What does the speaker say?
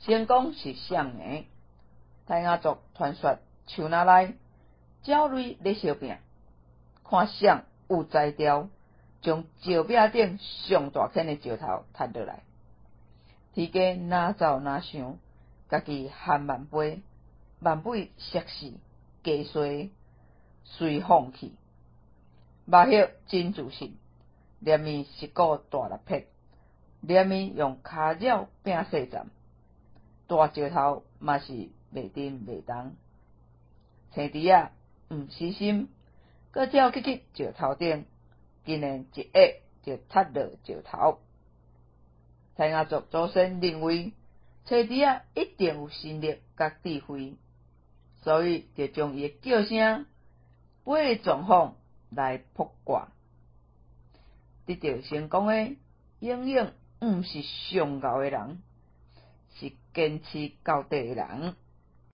成功是啥物？泰雅族传说树林内鸟类咧烧饼，看谁有才调，将石饼顶上大颗的石头踢落来，天家哪走哪想，家己含万倍，万倍摔死，家衰随放弃。肉叶真自信，连面是个大六撇，连面用骹鸟拼细站，大石头嘛是袂沉袂动。青猪仔毋死心，搁跳去石头顶，竟然一下就踢落石头。泰雅族祖先认为青猪仔一定有神力甲智慧，所以就将伊的叫声飞状况来卜卦。得到成功的永远毋是上敖的人，是坚持到底的人。